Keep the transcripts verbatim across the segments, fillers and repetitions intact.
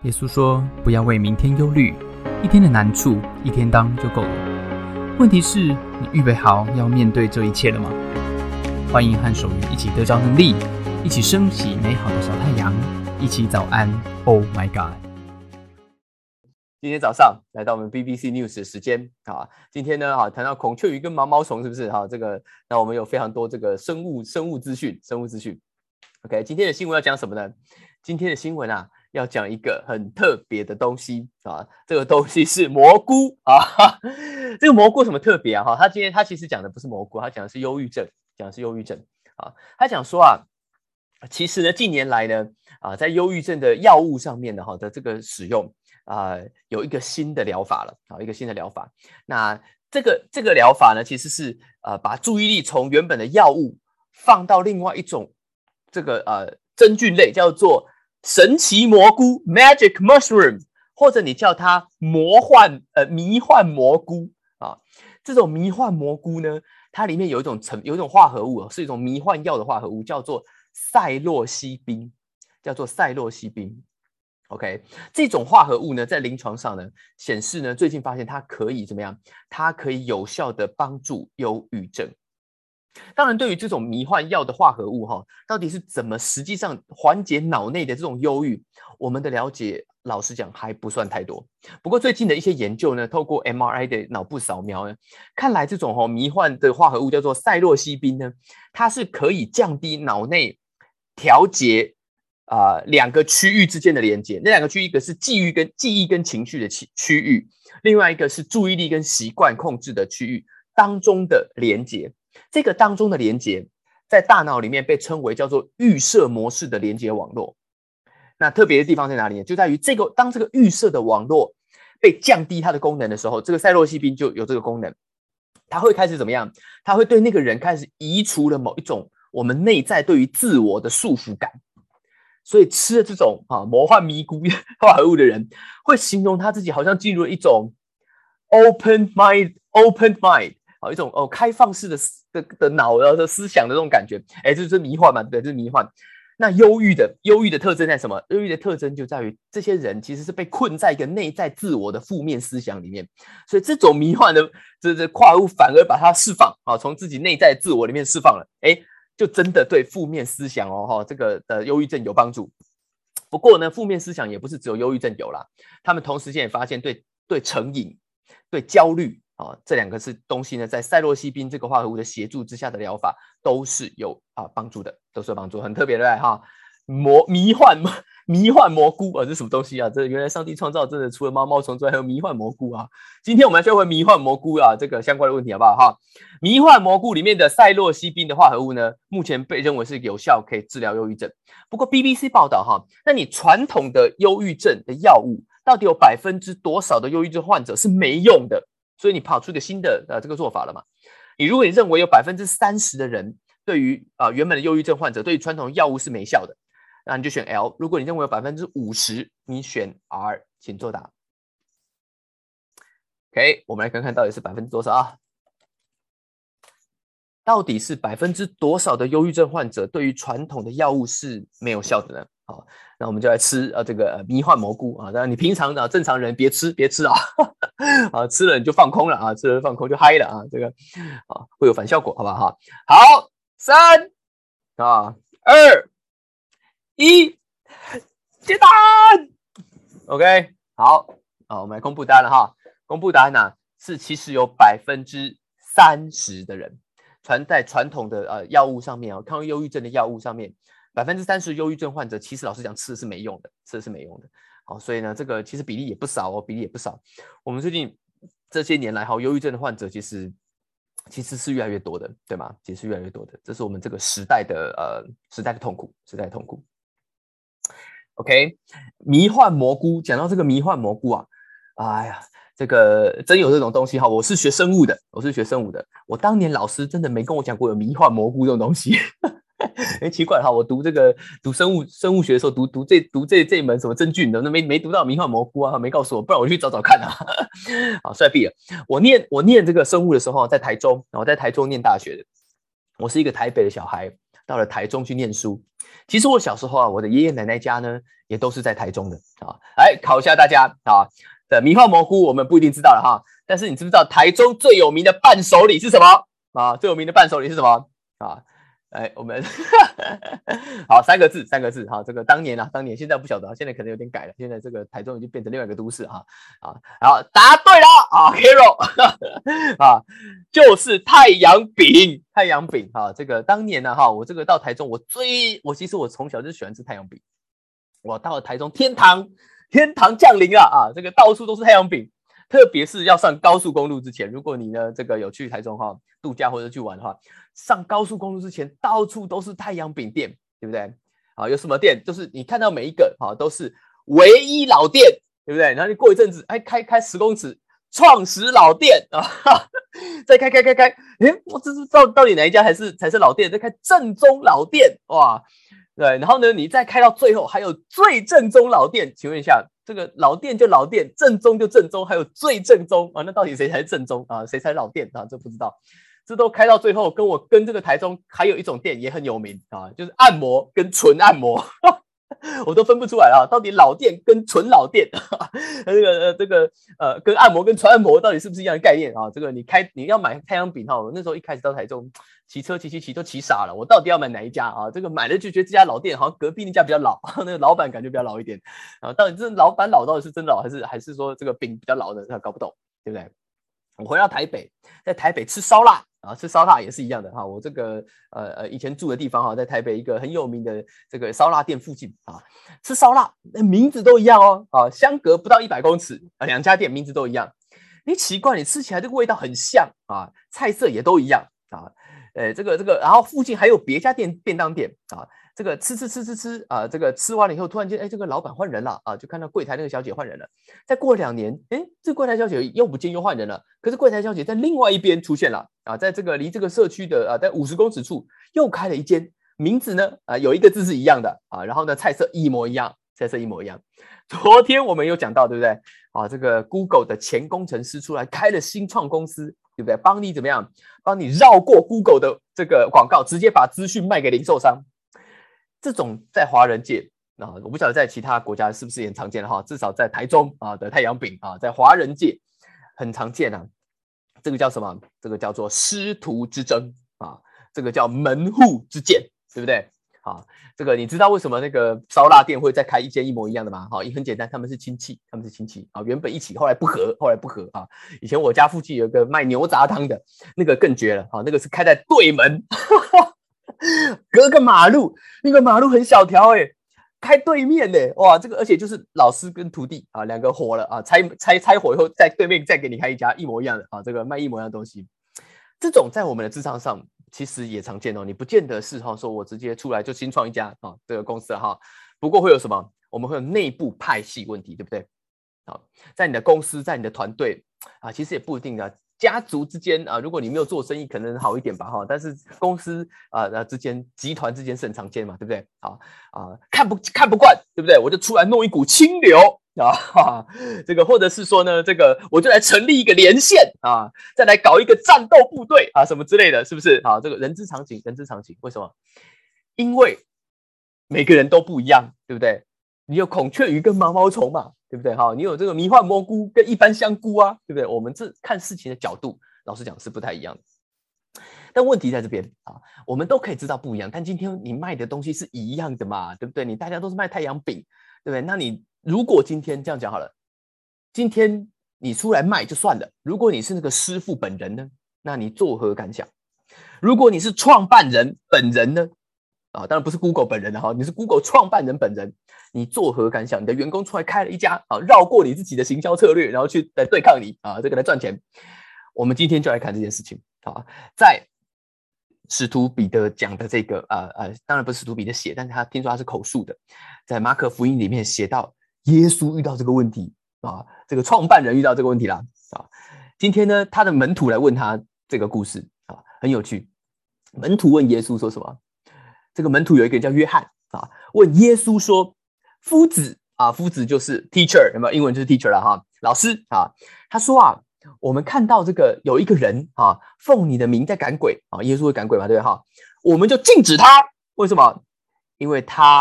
耶稣说：“不要为明天忧虑，一天的难处一天当就够了。问题是，你预备好要面对这一切了吗？”欢迎和守愚一起得着能力，一起升起美好的小太阳，一起早安 ！Oh my God！ 今天早上来到我们 B B C News 的时间啊，今天呢，啊谈到孔雀鱼跟毛毛虫是不是哈？这个，那我们有非常多这个生物生物资讯，生物资讯。OK， 今天的新闻要讲什么呢？今天的新闻啊，要讲一个很特别的东西啊，这个东西是蘑菇啊。这个蘑菇有什么特别啊？哈，他今天他其实讲的不是蘑菇，他讲的是忧郁症，讲的是忧郁症啊。他讲说啊，其实呢，近年来呢，啊，在忧郁症的药物上面呢，哈的这个使用。啊、呃，有一个新的疗法了，好，一个新的疗法。那这个这个疗法呢，其实是呃把注意力从原本的药物放到另外一种这个呃真菌类，叫做神奇蘑菇 （Magic Mushroom）， 或者你叫它魔幻呃迷幻蘑菇啊。这种迷幻蘑菇呢，它里面有一种成有一种化合物，是一种迷幻药的化合物，叫做赛洛西宾，叫做赛洛西宾。OK， 这种化合物呢，在临床上呢显示呢，最近发现它可以怎么样？它可以有效的帮助忧郁症。当然，对于这种迷幻药的化合物哈，到底是怎么实际上缓解脑内的这种忧郁，我们的了解，老实讲还不算太多。不过最近的一些研究呢，透过 M R I 的脑部扫描呢，看来这种哈迷幻的化合物叫做赛洛西宾呢，它是可以降低脑内调节。啊、呃，两个区域之间的连接，那两个区域，一个是记忆跟记忆跟情绪的区域，另外一个是注意力跟习惯控制的区域当中的连接。这个当中的连接，在大脑里面被称为叫做预设模式的连接网络。那特别的地方在哪里呢？就在于这个当这个预设的网络被降低它的功能的时候，这个赛洛西宾就有这个功能，它会开始怎么样？它会对那个人开始移除了某一种我们内在对于自我的束缚感。所以吃了这种啊魔幻迷菇化合物的人，会形容他自己好像进入了一种 open mind、open mind 啊，一种哦开放式的的的脑的思想的这种感觉。哎，这是迷幻嘛？对，这是迷幻。那忧郁的忧郁的特征在什么？忧郁的特征就在于这些人其实是被困在一个内在自我的负面思想里面，所以这种迷幻的这这化合物反而把它释放啊，从自己内在自我里面释放了。哎。就真的对负面思想哦，这个的忧郁症有帮助。不过呢，负面思想也不是只有忧郁症有啦，他们同时间也发现对对成瘾、对焦虑啊这两个是东西呢，在赛洛西宾这个化合物的协助之下的疗法都是有啊帮助的，都是有帮助，很特别的哈。魔迷幻迷幻蘑菇啊，这是什么东西啊？这原来上帝创造真的除了毛毛虫之外，还有迷幻蘑菇啊！今天我们来学会迷幻蘑菇啊这个相关的问题，好不好哈？迷幻蘑菇里面的赛洛西宾的化合物呢，目前被认为是有效可以治疗忧郁症。不过 B B C 报道哈，那你传统的忧郁症的药物到底有百分之多少的忧郁症患者是没用的？所以你跑出一个新的呃这个做法了嘛？你如果你认为有百分之三十的人对于啊、呃、原本的忧郁症患者对于传统药物是没效的。那你就选 L， 如果你认为有 百分之五十， 你选 R， 请作答。OK， 我们来看看到底是百分之多少啊？到底是百分之多少的忧郁症患者对于传统的药物是没有效的呢？好，那我们就来吃呃这个呃迷幻蘑菇啊。当然你平常的、啊、正常人别吃别吃啊，啊吃了你就放空了啊，吃了放空就嗨了啊，这个啊会有反效果，好不好？好，三啊二。一接单 ，OK， 好，好，我们来公布答案了哈。公布答案呢、啊、是其实有百分之三十的人传在传统的呃药物上面哦，抗忧郁症的药物上面，百分之三十忧郁症患者其实老实讲吃的是没用的，吃的是没用的。好，所以呢这个其实比例也不少哦，比例也不少。我们最近这些年来哈，忧郁症的患者其实。其实是越来越多的，对吗？其实是越来越多的，这是我们这个时代的呃时代的痛苦，时代的痛苦。OK， 迷幻蘑菇，讲到这个迷幻蘑菇啊，哎呀，这个真有这种东西哈！我是学生物的，我是学生物的，我当年老师真的没跟我讲过有迷幻蘑菇这种东西。哎，奇怪哈，我读这个读生物生物学的时候，读读这读这这一门什么真菌的，那没没读到迷幻蘑菇啊，没告诉我，不然我去找找看啊。好，帅毙了！我念我念这个生物的时候，在台中，然后在台中念大学的，我是一个台北的小孩，到了台中去念书。其实我小时候啊，我的爷爷奶奶家呢，也都是在台中的啊。 来考一下大家啊。的迷幻蘑菇我们不一定知道了哈，但是你知不知道台中最有名的伴手礼是什么啊？最有名的伴手礼是什么啊？哎，我们好三个字，三个字哈。这个当年啊，当年现在不晓得，现在可能有点改了。现在这个台中已经变成另外一个都市哈啊。好，答对了啊 ，Hero 啊，就是太阳饼，太阳饼哈。这个当年呢、啊、哈，我这个到台中，我最我其实我从小就喜欢吃太阳饼。我到了台中，天堂天堂降临了啊！这个到处都是太阳饼。特别是要上高速公路之前，如果你呢这个有去台中哈度假或者去玩的话，上高速公路之前到处都是太阳饼店，对不对？啊，有什么店？就是你看到每一个啊都是唯一老店，对不对？然后你过一阵子，哎，开开十公尺，创始老店啊，再开开开开，哎，我这是到到底哪一家才是才是老店？再开正宗老店，哇！对，然后呢，你再开到最后，还有最正宗老店。请问一下，这个老店就老店，正宗就正宗，还有最正宗啊？那到底谁才是正宗啊？谁才是老店啊？这不知道。这都开到最后，跟我跟这个台中还有一种店也很有名啊，就是按摩跟纯按摩，我都分不出来啊，到底老店跟纯老店，这个呃这个呃跟按摩跟纯按摩到底是不是一样的概念啊？这个你开你要买太阳饼哈，我那时候一开始到台中。骑车骑骑骑都骑傻了，我到底要买哪一家啊？这个买了就觉得这家老店好像隔壁那家比较老，那个老板感觉比较老一点啊。到底这老板老到底是真的老，还是还是说这个饼比较老的？他搞不懂，对不对？我回到台北，在台北吃烧腊啊，吃烧腊也是一样的哈。我这个呃呃以前住的地方哈，在台北一个很有名的这个烧腊店附近啊，吃烧腊名字都一样哦，啊，相隔不到一百公尺啊，两家店名字都一样。你奇怪，你吃起来这个味道很像啊，菜色也都一样啊。呃，这个这个，然后附近还有别家店便当店啊，这个吃吃吃吃吃啊，这个吃完了以后，突然间，哎，这个老板换人了啊，就看到柜台那个小姐换人了。再过两年，哎，这柜台小姐又不见又换人了，可是柜台小姐在另外一边出现了啊，在这个离这个社区的啊，在五十公尺处又开了一间，名字呢啊有一个字是一样的啊，然后呢菜色一模一样，菜色一模一样。昨天我们有讲到，对不对？啊，这个 Google 的前工程师出来开了新创公司。对不对？帮你怎么样？帮你绕过 Google 的这个广告，直接把资讯卖给零售商。这种在华人界啊，我不晓得在其他国家是不是也很常见的哈。至少在台中啊的太阳饼啊，在华人界很常见啊。这个叫什么？这个叫做师徒之争啊，这个叫门户之见，对不对？好，这个你知道为什么那个烧腊店会再开一间一模一样的吗？好，也很简单，他们是亲戚，他们是亲戚啊，原本一起，后来不合，后来不合啊。以前我家附近有个卖牛杂汤的，那个更绝了啊，那个是开在对门，隔个马路，那个马路很小条哎、欸，开对面的哇，这个而且就是老师跟徒弟啊，两个火了啊，拆拆拆伙以后，在对面再给你开一家一模一样的啊，这个卖一模一样的东西，这种在我们的职场上。其实也常见哦，你不见得是哈，说我直接出来就新创一家啊这个公司哈，不过会有什么？我们会有内部派系问题，对不对？好，在你的公司，在你的团队啊，其实也不一定的。家族之间啊，如果你没有做生意，可能好一点吧哈。但是公司啊之间、集团之间是很常见嘛，对不对？啊啊，看不看不惯，对不对？我就出来弄一股清流啊，哈哈这个或者是说呢，这个我就来成立一个连线啊，再来搞一个战斗部队啊，什么之类的，是不是？好，这个人之常情，人之常情。为什么？因为每个人都不一样，对不对？你有孔雀鱼跟毛毛虫嘛，对不对？哈，你有这个迷幻蘑菇跟一般香菇啊，对不对？我们这看事情的角度，老实讲是不太一样的。但问题在这边啊，我们都可以知道不一样，但今天你卖的东西是一样的嘛，对不对？你大家都是卖太阳饼，对不对？那你如果今天这样讲好了，今天你出来卖就算了，如果你是那个师傅本人呢，那你作何感想？如果你是创办人本人呢？啊，当然不是 Google 本人的哈，你是 Google 创办人本人，你作何感想？你的员工出来开了一家啊，绕过你自己的行销策略，然后去来对抗你啊，这个来赚钱。我们今天就来看这件事情啊，在使徒彼得讲的这个呃呃，当然不是使徒彼得写，但是他听说他是口述的，在马可福音里面写到耶稣遇到这个问题啊，这个创办人遇到这个问题啦啊。今天呢，他的门徒来问他这个故事啊，很有趣。门徒问耶稣说什么？这个门徒有一个人叫约翰啊，问耶稣说：“夫子啊，夫子就是 teacher， 有没有？英文就是 teacher 了哈，老师啊。”他说啊，我们看到这个有一个人啊，奉你的名在赶鬼啊，耶稣会赶鬼嘛，对不对哈？我们就禁止他，为什么？因为他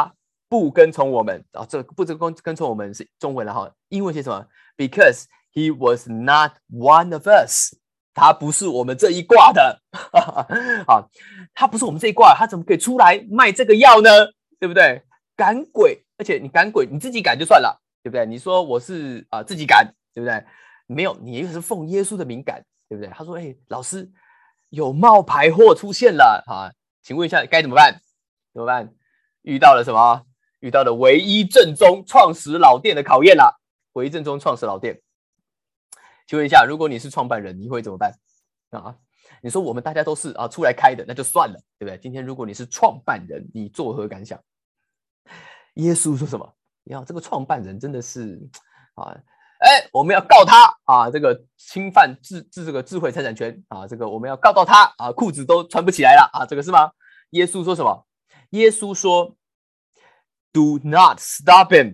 不跟从我们啊，这不跟跟从我们是中文了哈，英文写什么 ？Because he was not one of us， 他不是我们这一挂的，啊，他不是我们这一挂，他怎么可以出来卖这个药呢？对不对？赶鬼，而且你赶鬼，你自己赶就算了，对不对？你说我是啊、呃、自己赶，对不对？没有，你也是奉耶稣的名赶，对不对？他说：“哎，老师，有冒牌货出现了啊，请问一下该怎么办？怎么办？遇到了什么？遇到了唯一正宗创始老店的考验啦！唯一正宗创始老店，请问一下，如果你是创办人，你会怎么办啊？你说我们大家都是啊出来开的，那就算了，对不对？今天如果你是创办人，你作何感想？耶稣说什么？你看这个创办人真的是啊。”哎，我们要告他啊！这个侵犯智智这个智慧财产权啊，这个我们要告到他啊，裤子都穿不起来了啊，这个是吗？耶稣说什么？耶稣说 ，Do not stop him，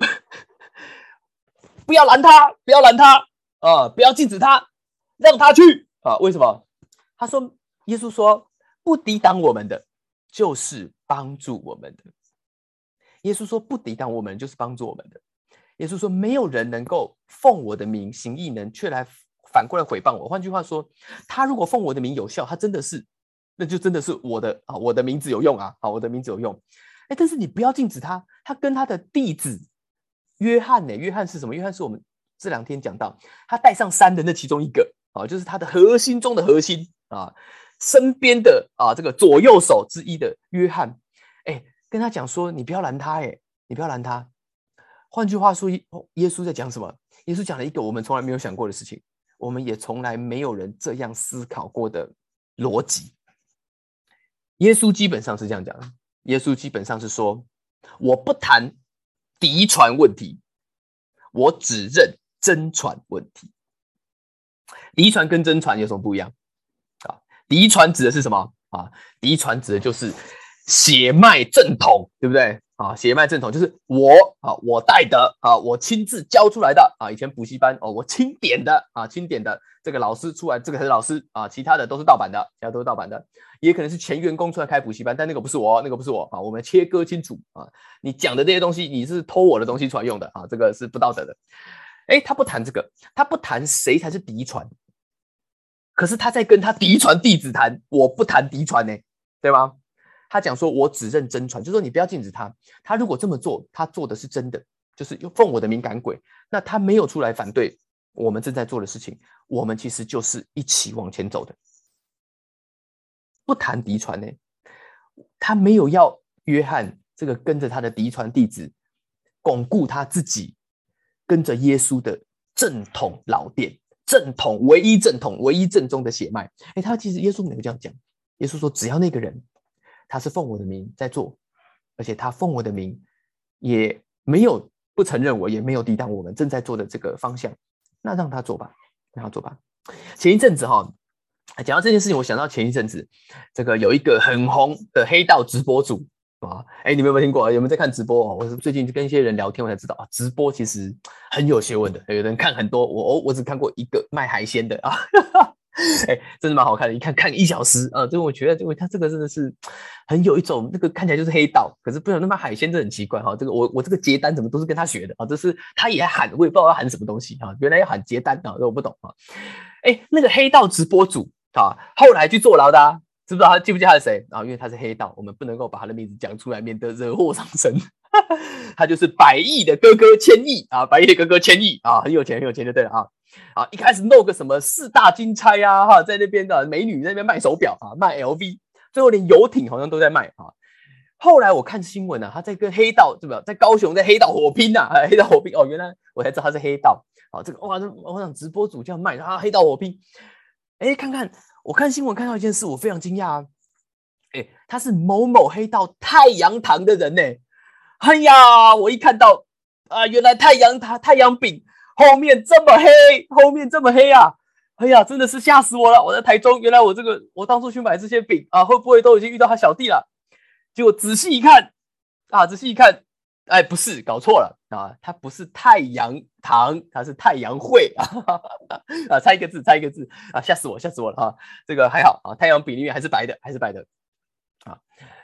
不要拦他，不要拦他啊，不要禁止他，让他去啊！为什么？他说，耶稣说，不抵挡我们的，就是帮助我们的。耶稣说，不抵挡我们，就是帮助我们的。耶稣说：“没有人能够奉我的名行异能，却来反过来毁谤我。换句话说，他如果奉我的名有效，他真的是，那就真的是我的啊，我的名字有用啊，啊，我的名字有用。哎，但是你不要禁止他，他跟他的弟子约翰呢？约翰是什么？约翰是我们这两天讲到，他带上山的那其中一个啊，就是他的核心中的核心啊，身边的啊这个左右手之一的约翰，哎，跟他讲说，你不要拦他，哎，你不要拦他。”换句话说，耶稣在讲什么？耶稣讲了一个我们从来没有想过的事情，我们也从来没有人这样思考过的逻辑。耶稣基本上是这样讲的，耶稣基本上是说，我不谈嫡传问题，我只认真传问题。嫡传跟真传有什么不一样？啊，嫡传指的是什么？啊，嫡传指的就是血脉正统，对不对？啊，血脉正统就是我啊，我带的啊，我亲自教出来的啊。以前补习班哦，我钦点的啊，钦点的这个老师出来，这个才是老师啊，其他的都是盗版的，其他都是盗版的，也可能是前员工出来开补习班，但那个不是我，那个不是我啊，我们切割清楚啊。你讲的这些东西，你是偷我的东西出来用的啊，这个是不道德的。哎，他不谈这个，他不谈谁才是嫡传，可是他在跟他嫡传弟子谈，我不谈嫡传呢，对吗？他讲说，我只认真传，就是说你不要禁止他。他如果这么做，他做的是真的，就是奉我的名赶鬼。那他没有出来反对我们正在做的事情，我们其实就是一起往前走的。不谈嫡传呢，他没有要约翰这个跟着他的嫡传弟子巩固他自己跟着耶稣的正统老店，正统唯一正统唯一正宗的血脉。哎，他其实耶稣没有这样讲，耶稣说只要那个人。他是奉我的名在做，而且他奉我的名也没有不承认我，也没有抵挡我们正在做的这个方向，那让他做吧，让他做吧。前一阵子哈，讲到这件事情，我想到前一阵子这个有一个很红的黑道直播主啊，哎，你们有没有听过？有没有在看直播？我是最近跟一些人聊天，我才知道啊，直播其实很有学问的，有人看很多，我我只看过一个卖海鲜的啊。哎，真的蛮好看的，一看看一小时啊！这、呃、我觉得，这个他这个真的是很有一种那个看起来就是黑道，可是不知道那卖海鲜，这很奇怪哈。这个我我这个接单怎么都是跟他学的啊？这是他也喊，我也不知道要喊什么东西啊。原来要喊接单啊，这我不懂啊。哎，那个黑道直播主啊，后来去坐牢的、啊，知不知道他记不记得他是谁啊？因为他是黑道，我们不能够把他的名字讲出来，免得惹祸上身。他就是百亿的哥哥千亿啊，百亿的哥哥千亿啊，很有钱很有钱就对了啊。啊，一开始弄个什么四大金钗啊，哈，在那边的美女在那边卖手表啊，卖 L V， 最后连游艇好像都在卖啊。后来我看新闻啊，他在跟黑道对吧，在高雄在黑道火拼啊，黑道火拼哦，原来我才知道他是黑道啊。这个哇，我想直播主这样卖啊，黑道火拼。哎，看看我看新闻看到一件事，我非常惊讶啊。哎，他是某某黑道太阳堂的人呢。哎呀，我一看到啊，原来太阳堂太阳饼。后面这么黑，后面这么黑啊！哎呀，真的是吓死我了！我在台中，原来我这个我当初去买这些饼啊，会不会都已经遇到他小弟了？结果仔细一看啊，仔细一看，哎，不是，搞错了啊，他不是太阳堂，他是太阳会啊！啊，差一个字，差一个字啊，吓死我，吓死我了啊！这个还好啊，太阳饼里面还是白的，还是白的啊。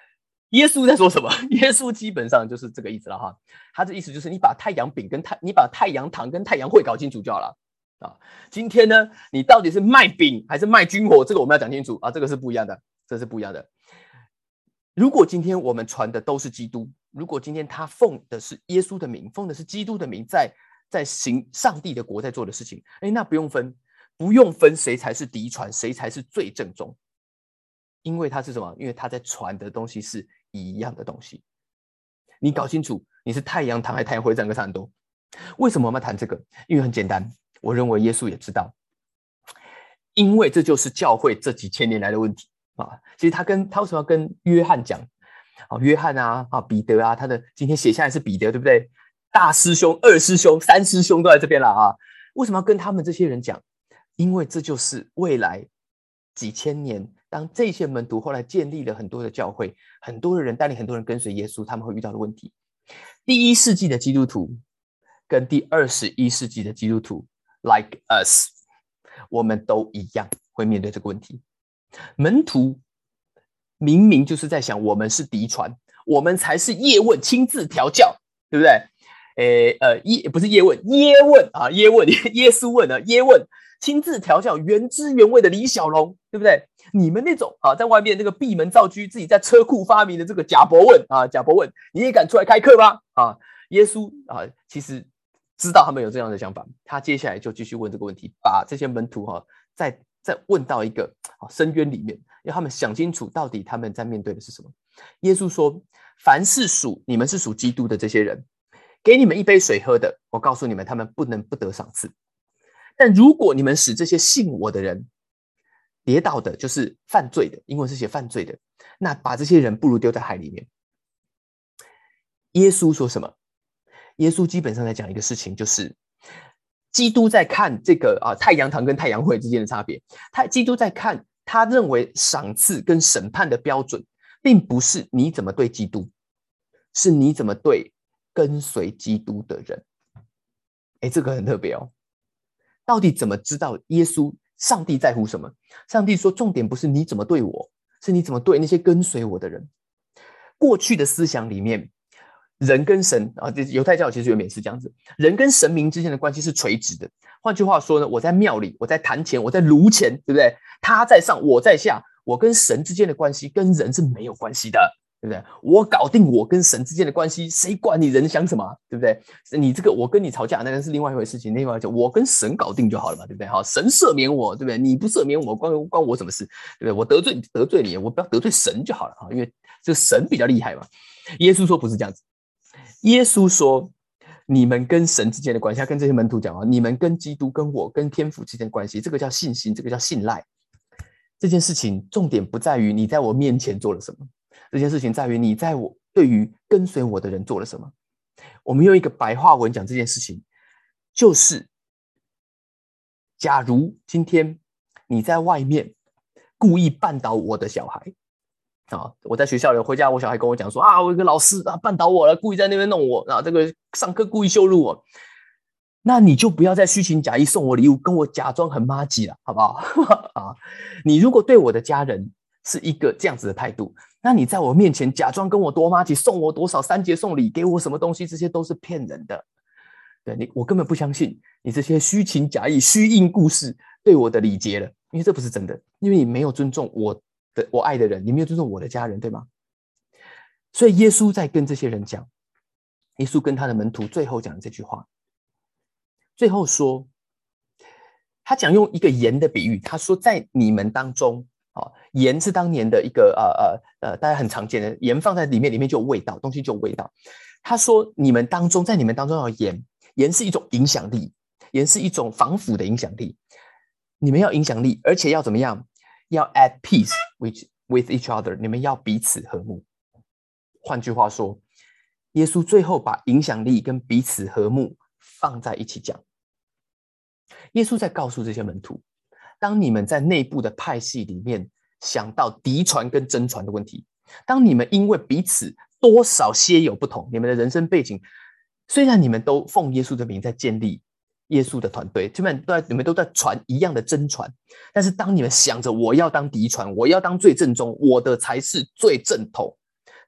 耶稣在说什么？耶稣基本上就是这个意思了哈。他的意思就是你把太阳饼跟太，你把太阳糖跟太阳会搞清楚就好了啊。今天呢，你到底是卖饼还是卖军火？这个我们要讲清楚啊，这个是不一样的，这是不一样的。如果今天我们传的都是基督，如果今天他奉的是耶稣的名，奉的是基督的名，在在行上帝的国在做的事情，哎，那不用分，不用分谁才是嫡传，谁才是最正宗。因为他是什么？因为他在传的东西是一样的东西。你搞清楚你是太阳糖还是太阳灰，这两个差很多。为什么我们要谈这个？因为很简单，我认为耶稣也知道，因为这就是教会这几千年来的问题啊。其实他跟他为什么要跟约翰讲？啊，约翰啊，啊彼得啊，他的今天写下来是彼得，对不对？大师兄、二师兄、三师兄都在这边了啊。为什么要跟他们这些人讲？因为这就是未来几千年。当这些门徒后来建立了很多的教会，很多的人带领很多人跟随耶稣，他们会遇到的问题。第一世纪的基督徒跟第二十一世纪的基督徒 like us， 我们都一样会面对这个问题。门徒明明就是在想我们是嫡传，我们才是叶问亲自调教，对不对？诶呃耶不是叶问，耶问啊，耶问耶稣问啊，耶问亲自调教原汁原味的李小龙，对不对？你们那种啊，在外面那个闭门造车，自己在车库发明的这个贾伯问啊，贾伯问，你也敢出来开课吗？啊，耶稣啊，其实知道他们有这样的想法，他接下来就继续问这个问题，把这些门徒哈、啊，再再问到一个啊深渊里面，让他们想清楚到底他们在面对的是什么。耶稣说：“凡是属你们是属基督的这些人，给你们一杯水喝的，我告诉你们，他们不能不得赏赐。但如果你们使这些信我的人跌倒的，就是犯罪的，英文是写犯罪的，那把这些人不如丢在海里面。”耶稣说什么？耶稣基本上在讲一个事情，就是基督在看这个啊太阳堂跟太阳会之间的差别。他基督在看，他认为赏赐跟审判的标准，并不是你怎么对基督，是你怎么对跟随基督的人。哎，这个很特别哦。到底怎么知道耶稣上帝在乎什么？上帝说重点不是你怎么对我，是你怎么对那些跟随我的人。过去的思想里面，人跟神啊，犹太教其实原本也是这样子，人跟神明之间的关系是垂直的。换句话说呢，我在庙里，我在坛前，我在炉前，对不对？他在上，我在下，我跟神之间的关系跟人是没有关系的。对不对？我搞定我跟神之间的关系，谁管你人想什么？对不对？你这个我跟你吵架，那个是另外一回事情。另外一回我跟神搞定就好了嘛，对不对？好，神赦免我，对不对？你不赦免我，关关我什么事？对不对？我得罪得罪你，我不要得罪神就好了啊，因为这个神比较厉害嘛。耶稣说不是这样子，耶稣说你们跟神之间的关系，他跟这些门徒讲啊，你们跟基督、跟我、跟天父之间的关系，这个叫信心，这个叫信赖。这件事情重点不在于你在我面前做了什么。这件事情在于你在我对于跟随我的人做了什么。我们用一个白话文讲这件事情，就是假如今天你在外面故意绊倒我的小孩啊，我在学校里回家，我小孩跟我讲说啊，我有个老师啊绊倒我了，故意在那边弄我啊，这个上课故意羞辱我，那你就不要再虚情假意送我礼物，跟我假装很麻吉了，好不好？啊，你如果对我的家人是一个这样子的态度，那你在我面前假装跟我多麻吉，送我多少三节送礼，给我什么东西，这些都是骗人的。对你，我根本不相信你这些虚情假意、虚应故事对我的礼节了，因为这不是真的，因为你没有尊重我的我爱的人，你没有尊重我的家人，对吗？所以耶稣在跟这些人讲，耶稣跟他的门徒最后讲这句话，最后说，他讲用一个盐的比喻，他说在你们当中。哦、盐是当年的一个呃呃呃，大家很常见的盐放在里面，里面就有味道，东西就有味道。他说你们当中，在你们当中要盐，盐是一种影响力，盐是一种防腐的影响力。你们要影响力，而且要怎么样？要 at peace with with each other， 你们要彼此和睦。换句话说，耶稣最后把影响力跟彼此和睦放在一起讲。耶稣在告诉这些门徒，当你们在内部的派系里面想到嫡传跟真传的问题，当你们因为彼此多少些有不同，你们的人生背景，虽然你们都奉耶稣的名在建立耶稣的团队，基本上都在你们都在传一样的真传，但是当你们想着我要当嫡传，我要当最正宗，我的才是最正统，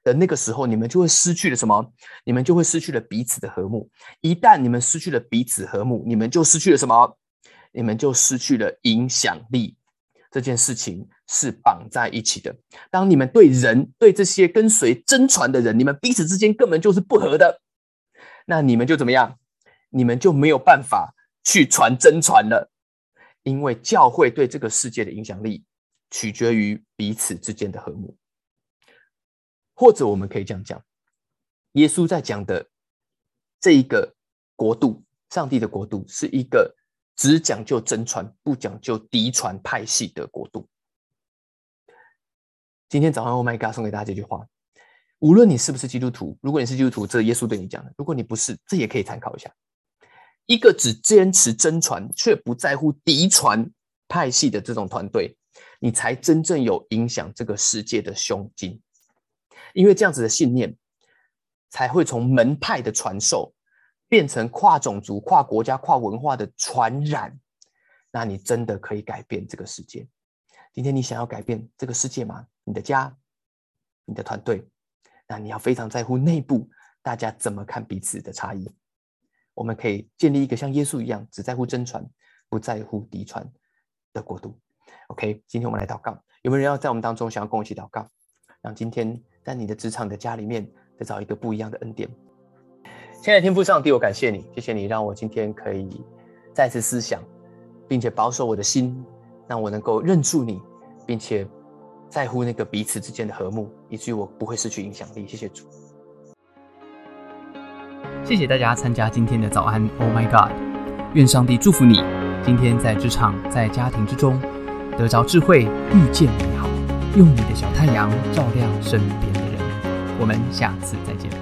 的那个时候，你们就会失去了什么？你们就会失去了彼此的和睦。一旦你们失去了彼此和睦，你们就失去了什么？你们就失去了影响力。这件事情是绑在一起的。当你们对人，对这些跟随真传的人，你们彼此之间根本就是不合的，那你们就怎么样？你们就没有办法去传真传了。因为教会对这个世界的影响力取决于彼此之间的和睦。或者我们可以这样讲，耶稣在讲的这一个国度，上帝的国度，是一个只讲究真传不讲究嫡传派系的国度。今天早上 Oh my God 送给大家这句话，无论你是不是基督徒，如果你是基督徒，这是耶稣对你讲的，如果你不是，这也可以参考一下。一个只坚持真传却不在乎嫡传派系的这种团队，你才真正有影响这个世界的胸襟。因为这样子的信念才会从门派的传授变成跨种族、跨国家、跨文化的传染，那你真的可以改变这个世界。今天你想要改变这个世界吗？你的家、你的团队，那你要非常在乎内部大家怎么看彼此的差异。我们可以建立一个像耶稣一样只在乎真传不在乎嫡传的国度。 OK， 今天我们来祷告。有没有人要在我们当中想要跟我一起祷告，让今天在你的职场的家里面再找一个不一样的恩典？亲爱的天父上帝，我感谢你，谢谢你让我今天可以再次思想，并且保守我的心，让我能够认出你，并且在乎那个彼此之间的和睦，以至于我不会失去影响力。谢谢主。 谢谢大家参加今天的早安 Oh my God， 愿上帝祝福你，今天在职场在家庭之中得着智慧，遇见美好，用你的小太阳照亮身边的人。我们下次再见。